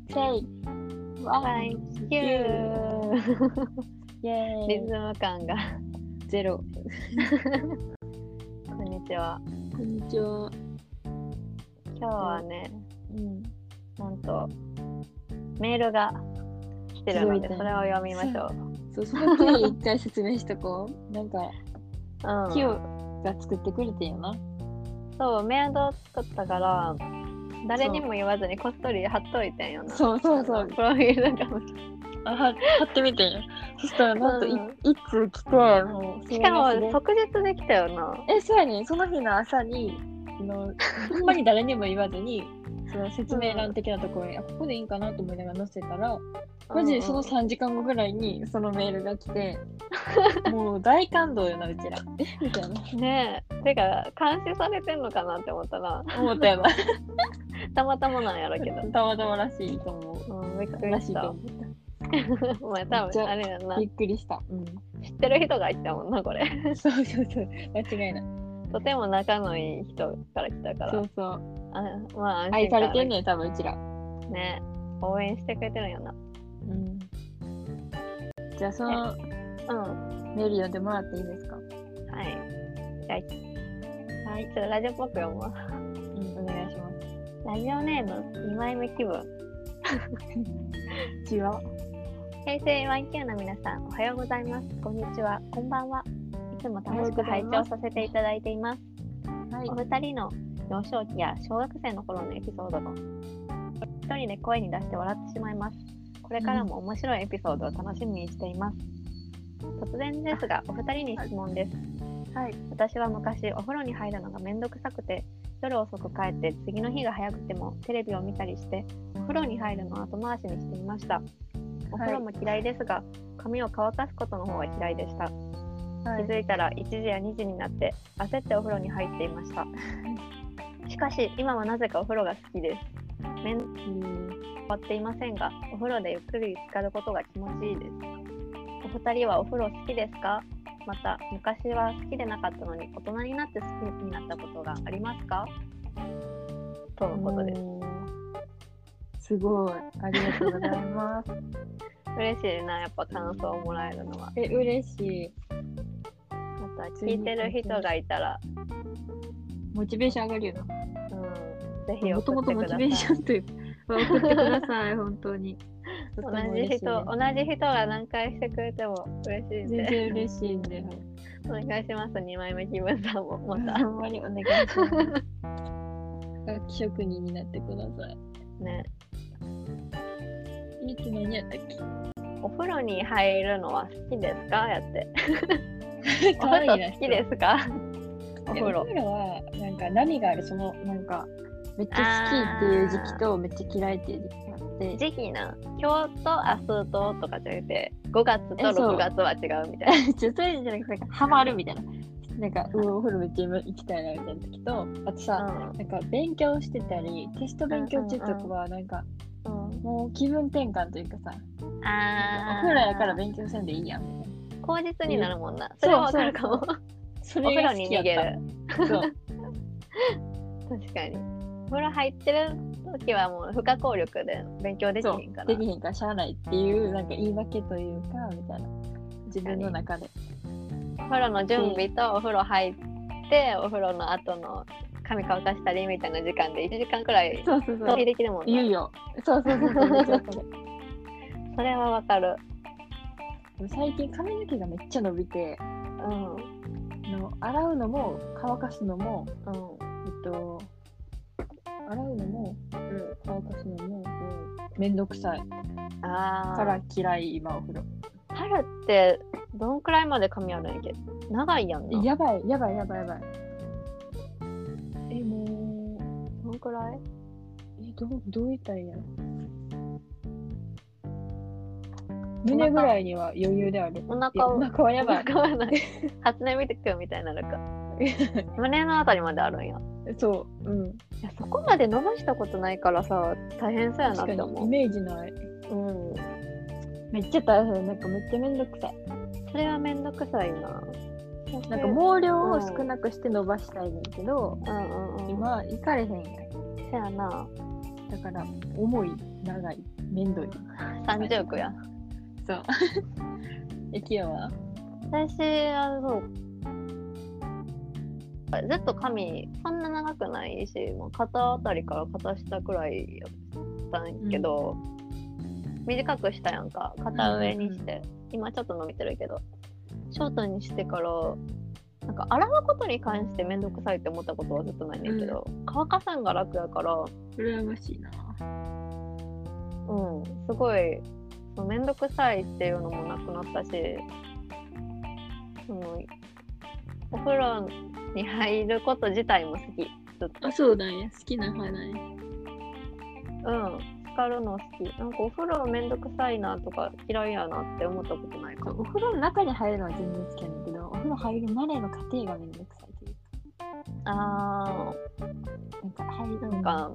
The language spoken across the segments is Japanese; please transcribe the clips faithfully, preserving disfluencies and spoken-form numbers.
せいワンキューイエーイリズム感がゼロこんにちは。 こんにちは。 今日はね、 うん、 なんとメールが来てるので、それを読みましょう。 そう、その経緯一回説明しとこう。なんか、 うん、 キヨが作ってくれてんよな。 そう、メアドを作ったから誰にも言わずにこっそり貼っといてんよな。 そうそうそう。 プロフィールがあ、貼ってみてんよ。そしたらなんとい、 うん、 いつ来て、もうしかも即日できたよな。 え、そうやねん。その日の朝に、のほんまに誰にも言わずに、その説明欄的なところに、うん、あ、ここでいいんかなと思いながら載せたら、マジでそのさんじかんごぐらいにそのメールが来て、もう大感動よな、うちら。えみたいな。 ねえ、てか監視されてんのかなって思ったら、 思ったよな。 たまたまなんやろけど。 たまたまらしいと思う。 うん、びっくりした。 らしいと思った。 お前多分あれやな。 びっくりした。うん、 知ってる人が来たもんな、これ。 そうそうそう。間違いない。 とても仲のいい人から来たから。 そうそう。 あ、まあ安心愛されてんねん、多分うちら。 ね、応援してくれてるんよな。 うん。じゃあその、うん、メール読んでもらっていいですか？ はい。じゃあ、はい、ちょっとラジオっぽく読むわ。 うん、お願いします。 ラジオネームにまいめ気分。 ちは。 平成ワンキューの皆さん、おはようございます。こんにちは。こんばんは。いつも楽しく拝聴させていただいています。はい、お二人の幼少期や小学生の頃のエピソードを一人で声に出して笑ってしまいます。これからも面白いエピソードを楽しみにしています。突然ですが、お二人に質問です。はい、私は昔お風呂に入るのがめんどくさくて、夜遅く帰って次の日が早くてもテレビを見たりしてお風呂に入るのを後回しにしていました。お風呂も嫌いですが、はい、髪を乾かすことの方が嫌いでした。はい、気づいたらいちじやにじになって焦ってお風呂に入っていました。しかし今はなぜかお風呂が好きです。面倒変わっていませんが、お風呂でゆっくり浸かることが気持ちいいです。お二人はお風呂好きですか？また昔は好きでなかったのに大人になって好きになったことがありますか？とのことです。 すごい、ありがとうございます嬉しいな、やっぱ感想をもらえるのは。 え、嬉しい。 また聞いてる人がいたらモチベーション上がるよな。 うん、ぜひもともとモチベーションという送ってください本当に。 同じ人、同じ人が何回してくれても嬉しいんで。 全然嬉しいんで。 お願いします。にまいめ気分さんもまた。 ほんまにお願いします。楽器職人になってください。 ね。 いつ何やったっけ？ お風呂に入るのは好きですか？やって。お可愛いな。 風呂好きですか？お風呂。 お風呂はなんか波がある、そのなんかめっちゃ好きっていう時期とめっちゃ嫌いっていう時期があって。 時期な。今日と明日ととかじゃなくてごがつとろくがつは違うみたいな。 ちょっとそういうじゃなくてなんかハマるみたいな。なんか、うん、お風呂めっちゃ行きたいなみたいな時と、あとさ、うん、なんか勉強してたりテスト勉強中とかはなんか、うんうん、もう気分転換というかさ、あお風呂やから勉強せんでいいやんみたいな。 口実になるもんな。うん、それはわかるかも。それお風呂に逃げる。そう。確かに。お風呂入ってる時はもう不可抗力で勉強できへんから。 できへんからしゃあないっていうなんか言い訳というかみたいな、自分の中で。 お風呂の準備とお風呂入ってお風呂の後の髪乾かしたりみたいな時間でいちじかんくらいそうそうそう逃避できるもんね。 言うよ。そうそうそうそうそれ。 それはわかる。 最近髪の毛がめっちゃ伸びて、うん、の洗うのも乾かすのも、うん、えっと洗うのも、うん、乾かすのも、うん、めんどくさい。あから嫌い今お風呂。 春ってどんくらいまで髪あるんやっけ？長いやんな。 やばいやばいやばいやばい。えもうどんくらい？ えどうどう言ったらいいんやろ。胸ぐらいには余裕である。 お腹お腹はやばい。 お腹はない。初音ミクみたいになるか。胸のあたりまであるんや。 そう。うん。いやそこまで伸ばしたことないからさ、大変そうやなって思う。 確かにイメージない。うん。めっちゃ大変。なんかめっちゃめんどくさい。 それはめんどくさいな。 なんか毛量を少なくして伸ばしたいねんけど、うんうんうん、今行かれへんやん。 そやな。 だから重い長い。 めんどい。 さんじゅうおくや。 そう。え、キヨは？ 私はそう。ずっと髪そんな長くないし、もう肩あたりから肩下くらいやったんやけど、うん、短くしたやんか、肩上にして、うん、今ちょっと伸びてるけど、ショートにしてからなんか洗うことに関してめんどくさいって思ったことはずっとないねんけど、うん、乾かさんが楽やから羨ましいな。 うん、すごいそうめんどくさいっていうのもなくなったし、うん、お風呂に入ること自体も好き、ずっと。 あ、そうなんや、好きな派なんや。 うん、浸かるの好き。なんかお風呂めんどくさいなとか嫌いやなって思ったことないか。 お風呂の中に入るのは全然好きなんだけど、お風呂入るまでの過程がめんどくさいというか。 あー、なんか入るなんか、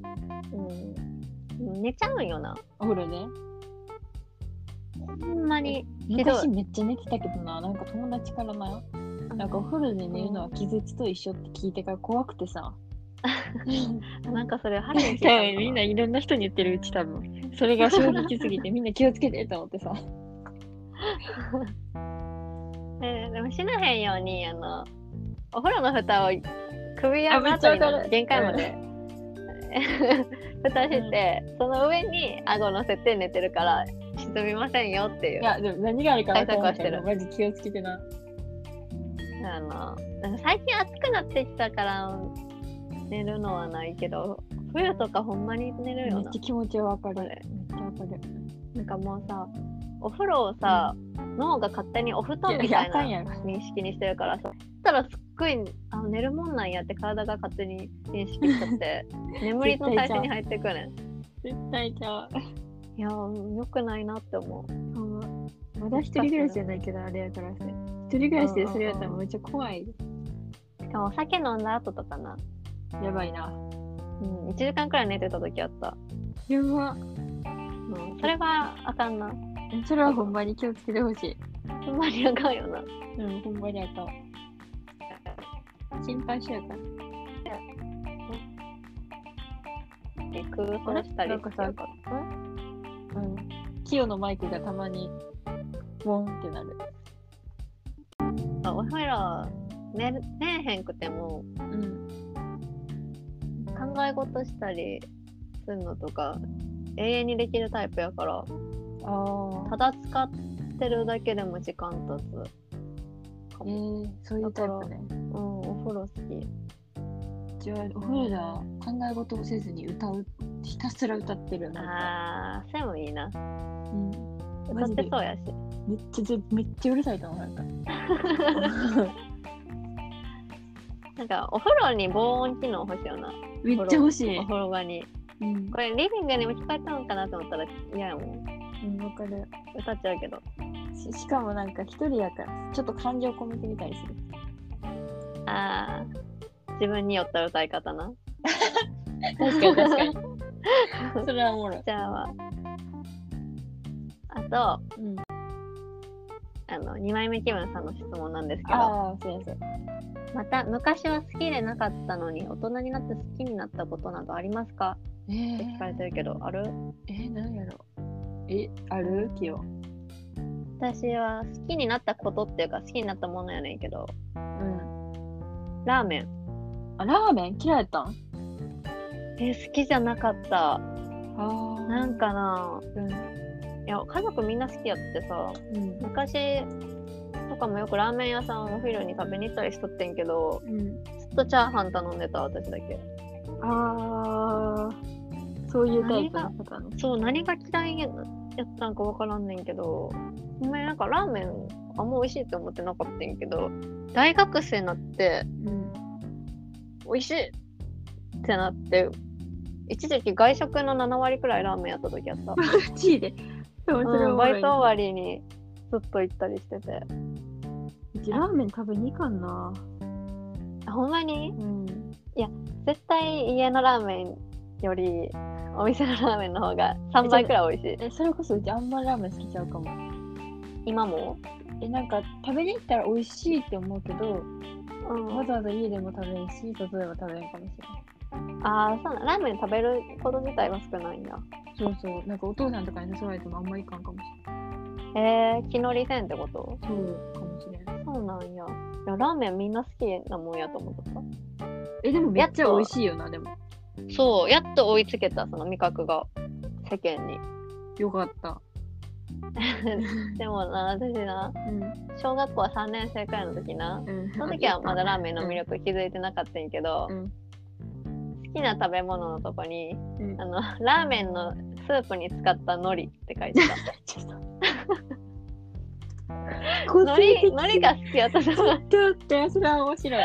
うん、寝ちゃうんよな。 お風呂で。 ほんまに昔めっちゃ寝てたけどな、なんか友達からな、なんかお風呂で寝るのは気絶と一緒って聞いてから怖くてさ。 なんかそれ初めて聞いたのかな。 みんないろんな人に言ってるうち多分。それが衝撃すぎてみんな気をつけてと思ってさ。 えでもしなへんようにあのお風呂の蓋を首やのあたりの限界まで蓋して、うん、その上に顎乗せて寝てるから沈みませんよっていう。 いやでも何があるか分からないからマジ気をつけてな。 あの最近暑くなってきたから寝るのはないけど、冬とかほんまに寝るよな。 めっちゃ気持ちはわかる。めっちゃわかる。 なんかもうさ、お風呂をさ、うん、脳が勝手にお布団みたいな認識にしてるからさ、そしたらすっごいあ寝るもんなんやって体が勝手に認識しちゃって眠りの体勢に入ってくねん。 絶対ちゃう。 いやー良くないなって思う。 まだ一人暮らしじゃないけどあれやからさ、一人暮らしでそれやったらめっちゃ怖い。 しかもお酒飲んだ後とかな。 やばいな。 うん、いちじかんくらい寝てた時あった。 やば。 うん、それはあかんな。 それはほんまに気をつけてほしい。 ほんまにあかんよな。 うん、ほんまにあかん。心配しやから。 空想したりしてるから。うん。キヨのマイクがたまにボンってなる。 あ、お風呂寝寝えへんくても、うん、考え事したりするのとか永遠にできるタイプやから、あただ使ってるだけでも時間経つ。 えー、そういうタイプね。 うん、お風呂好き。 じゃあお風呂じゃ考え事をせずに歌う、ひたすら歌ってる。 あー、それもいいな。うん。歌マジでってそうやし。 めっちゃめっちゃうるさいと思う。なんかなんかお風呂に防音機能欲しいよな。 めっちゃ欲しい。 お風呂場に。うん、これリビングにも聞こえたのかなと思ったら嫌やもん。 うん、わかる。 歌っちゃうけど。 し, しかもなんか一人やからちょっと感情込めてみたりする。 ああ、自分に酔った歌い方な。 確かに確かに。それはおもろい。 じゃあ、あと、うん、あのにまいめ気分さんの質問なんですけど。 ああ、そうやそう。 また昔は好きでなかったのに大人になって好きになったことなどありますか？えー、って聞かれてるけど、ある？ えー、何やろ。え、ある？キヨ。 私は好きになったことっていうか好きになったものやねんけど、うん、ラーメン。 あ、ラーメン嫌いやったん？ えー、好きじゃなかった。あーなんかな、うん、いや家族みんな好きやってさ、うん、昔とかもよくラーメン屋さんお昼に食べに行ったりしとってんけど、うん、ずっとチャーハン頼んでた私だけ。 あー、そういうタイプの方ね。 そう、何が嫌いやったんか分からんねんけど、お前なんかラーメンあんま美味しいって思ってなかったんやけど、大学生になって、うん、美味しいってなって、一時期外食のななわりくらいラーメンやった時あった。 マジで、 うん、バイト終わりにずっと行ったりしてて。 うちラーメン食べに行かんな。 あ、ほんまに？うん。いや、絶対家のラーメンよりお店のラーメンの方がさんばいくらい美味しい。 え、それこそうちあんまラーメン好きちゃうかも。 今も？ え、なんか食べに行ったら美味しいって思うけど、うん、わざわざ家でも食べんし、外でも食べんかもしれない。 ああ、そうな。ラーメン食べること自体は少ないんだ。 そうそう。なんかお父さんとかに誘われてもあんまいかんかもしれない。えー、気乗りせんってこと？ そうかもしれん。 そうなんや。いや、ラーメンみんな好きなもんやと思ってた。 え、でもめっちゃ美味しいよな、でも。 そう、やっと追いつけた、その味覚が世間に。 よかった。 でもな、私な、うん、小学校さんねん生くらいの時な、うん、その時はまだラーメンの魅力気づいてなかったんやけど、うん、好きな食べ物のとこに、うん、あのラーメンのスープに使った海苔って書いてた。海苔、海苔が好きやった。ちょっと待って、それは面白い。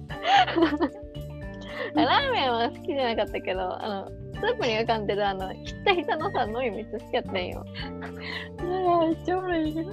ラーメンは好きじゃなかったけど、あのスープに浮かんでるあのひったひたのさ海苔めっちゃ好きやったんよ。いやいやめっちゃおもろいけど。だ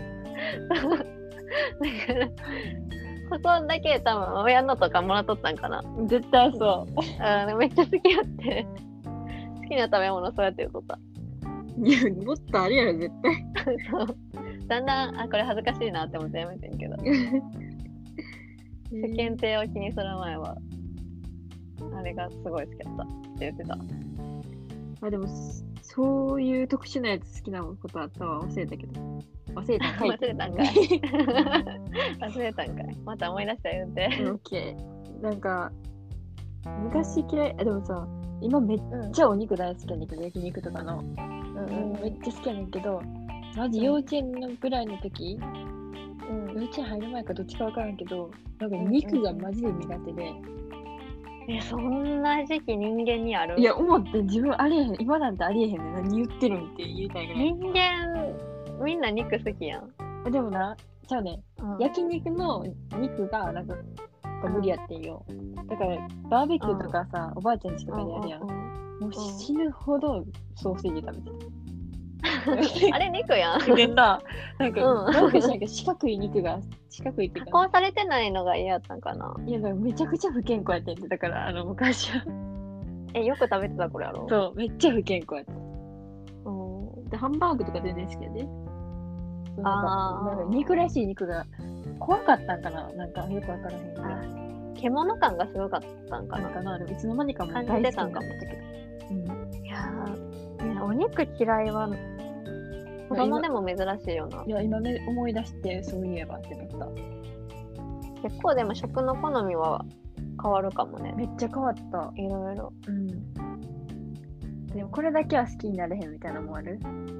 からそこだけ多分親のとかもらっとったんかな。絶対そう。あめっちゃ好きやって好きな食べ物そうやって言うとった。いやもっとあるやろ絶対。そうだんだんあこれ恥ずかしいなって思ってやめてんけど。世間体を気にする前はあれがすごい好きだったって言ってた。あでもそういう特殊なやつ好きなことあったわ忘れたけど忘れたんかい忘れたんかい忘れたんかいまた思い出したら言うて。オッケー。なんか昔嫌いあでもさ今めっちゃお肉大好きやねんけど、うん、焼肉とかの、うんうん、めっちゃ好きやねんけどマジ幼稚園のぐらいの時、うん、幼稚園入る前かどっちか分からんけどなんか肉がマジで苦手で、うんうんえ、そんな時期人間にある？いや、思って自分ありえへん。今なんてありえへんねん。何言ってるんって言いたいぐらい。人間、みんな肉好きやん。でもな、ちゃうね、うん。焼肉の肉がなんか無理やってんよ。うん、だからバーベキューとかさ、うん、おばあちゃんちとかでやるやん。うんうんうん、もう死ぬほどソーセージ食べてる。あれ肉やん。なんか、なんか、うん、なんか四角い肉が、四角いっていうか。加工されてないのが嫌やったんかな。いや、めちゃくちゃ不健康やってんって、だから、あの、昔は。え、よく食べてたこれやろ？そう、めっちゃ不健康やった。うん。で、ハンバーグとか全然好きやで。ああ。なんか肉らしい肉が怖かったんかな、なんかよくわからへんけど。獣感がすごかったんかな。なんかな、でもいつの間にかも感じてたんかもだけど。うん。いやー、ね、お肉嫌いは。子供でも珍しいよな。いや、今思い出してそういえばってなった。結構でも食の好みは変わるかもね。めっちゃ変わった。いろいろ。うん。でもこれだけは好きになれへんみたいなのもある？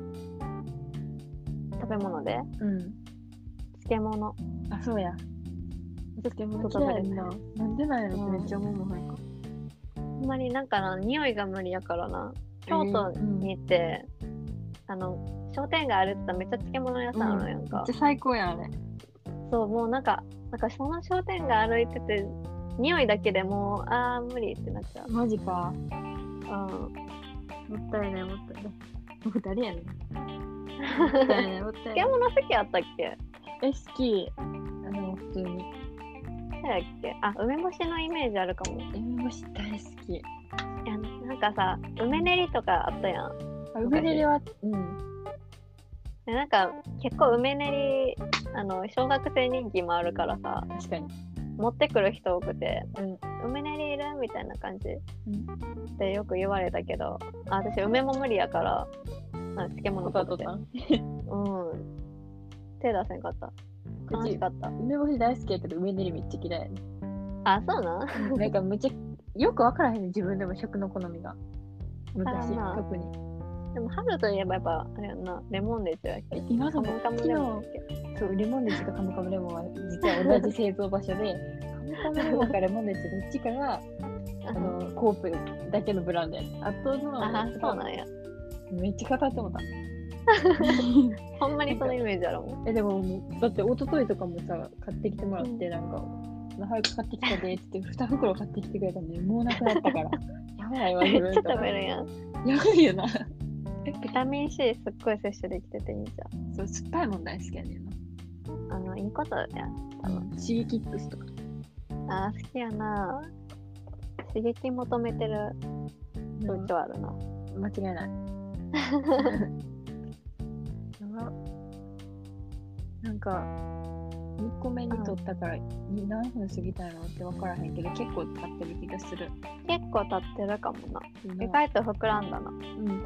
食べ物で？うん。漬物。あ、そうや。漬物嫌いな。なんでなんやろってめっちゃ思うもんなんか。あんまりなんかな、匂いが無理やからな。京都に行って、えーうん、あの、商店街歩いてたらめっちゃ漬物屋さんあるやんか、うん、めっちゃ最高やんあれ。そうもうなんかなんかその商店街歩いてて匂いだけでもうあー無理ってなっちゃう。マジか。うんもったいないもったいないもう誰やねんもったいないもったいない。漬物好きあったっけ？え好き。あの普通に誰だっけ？あ梅干しのイメージあるかも。梅干し大好き。いやなんかさ梅練りとかあったやん。梅練りはうんなんか結構梅練りあの小学生人気もあるからさ確かに持ってくる人多くて、うん、梅練りいるみたいな感じ、うん、ってよく言われたけどあ私梅も無理やから漬物取ってうん手出せんかった悲しかった。梅干し大好きやけど梅練りめっちゃ嫌いやね。あそうなんなんかめっちゃよく分からへんね自分でも食の好みが昔特に。でも春といえばやっぱあれやんなレモンレチやっけ。今のカムカムレモンだっけ。そうレモンレチかカムカムレモンは実は同じ製造場所でカムカムレモンかレモンレチどっちかがあのコープだけのブランドやね。あとのあそうなんや。めっちゃ語ってもた。ほんまにそのイメージあるもん。えでもだって一昨日とかもさ買ってきてもらって、うん、なんか早く買ってきたでってに袋買ってきてくれたのにもうなくなったからやばいわ自分と。めっちゃ食べるやん。やばいよな。ビタミン C すっごい摂取できてていいんじゃん。そう酸っぱいもん大好きやねんな。あのいいことや多分。刺激ックスとか。あ好きやな。刺激求めてる風潮あるな。うん、間違いない。なんかにこめに撮ったから、うん、何分過ぎたのって分からへんけど、結構経ってる気がする。 結構経ってるかもな。意外と膨らんだな。 うん、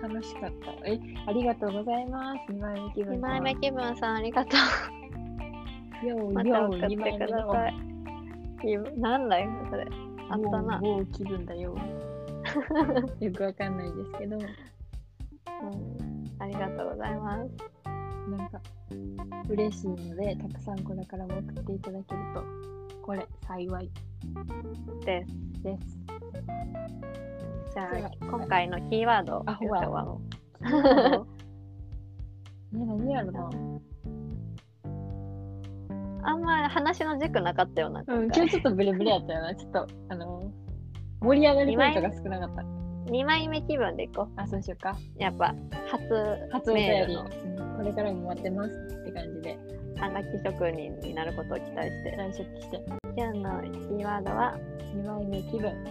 楽しかった。え、ありがとうございます。にまいめ気分さん。 にまいめ気分さん、ありがとう。 よう、 またよう、 送ってください。なんだよ、それ。あったな。 もう気分だよ。よくわかんないですけど。うん、 ありがとうございます。 なんか、嬉しいので、たくさんこれからも送っていただけると、これ、幸いです。 です。 じゃあ、今回のキーワードを言って終わろう。 キーワードね、何やろな。 あんま話の軸なかったよな。 うん、今日ちょっとブレブレやったよな。ちょっと、あの、盛り上がりポイントが少なかった。 にまいめ気分でいこう。 あ、そうしようか。 やっぱ、初、 初メールの、うん、これからも待ってますって感じで。 はがき職人になることを期待して。 来職して。 今日のキーワードは、 にまいめ気分。はい。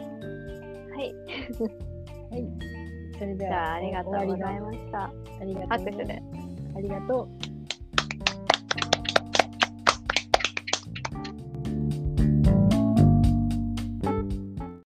はい。それでは、 じゃあ、ありがとうございました。 ありがとう。 拍手で。 ありがとう。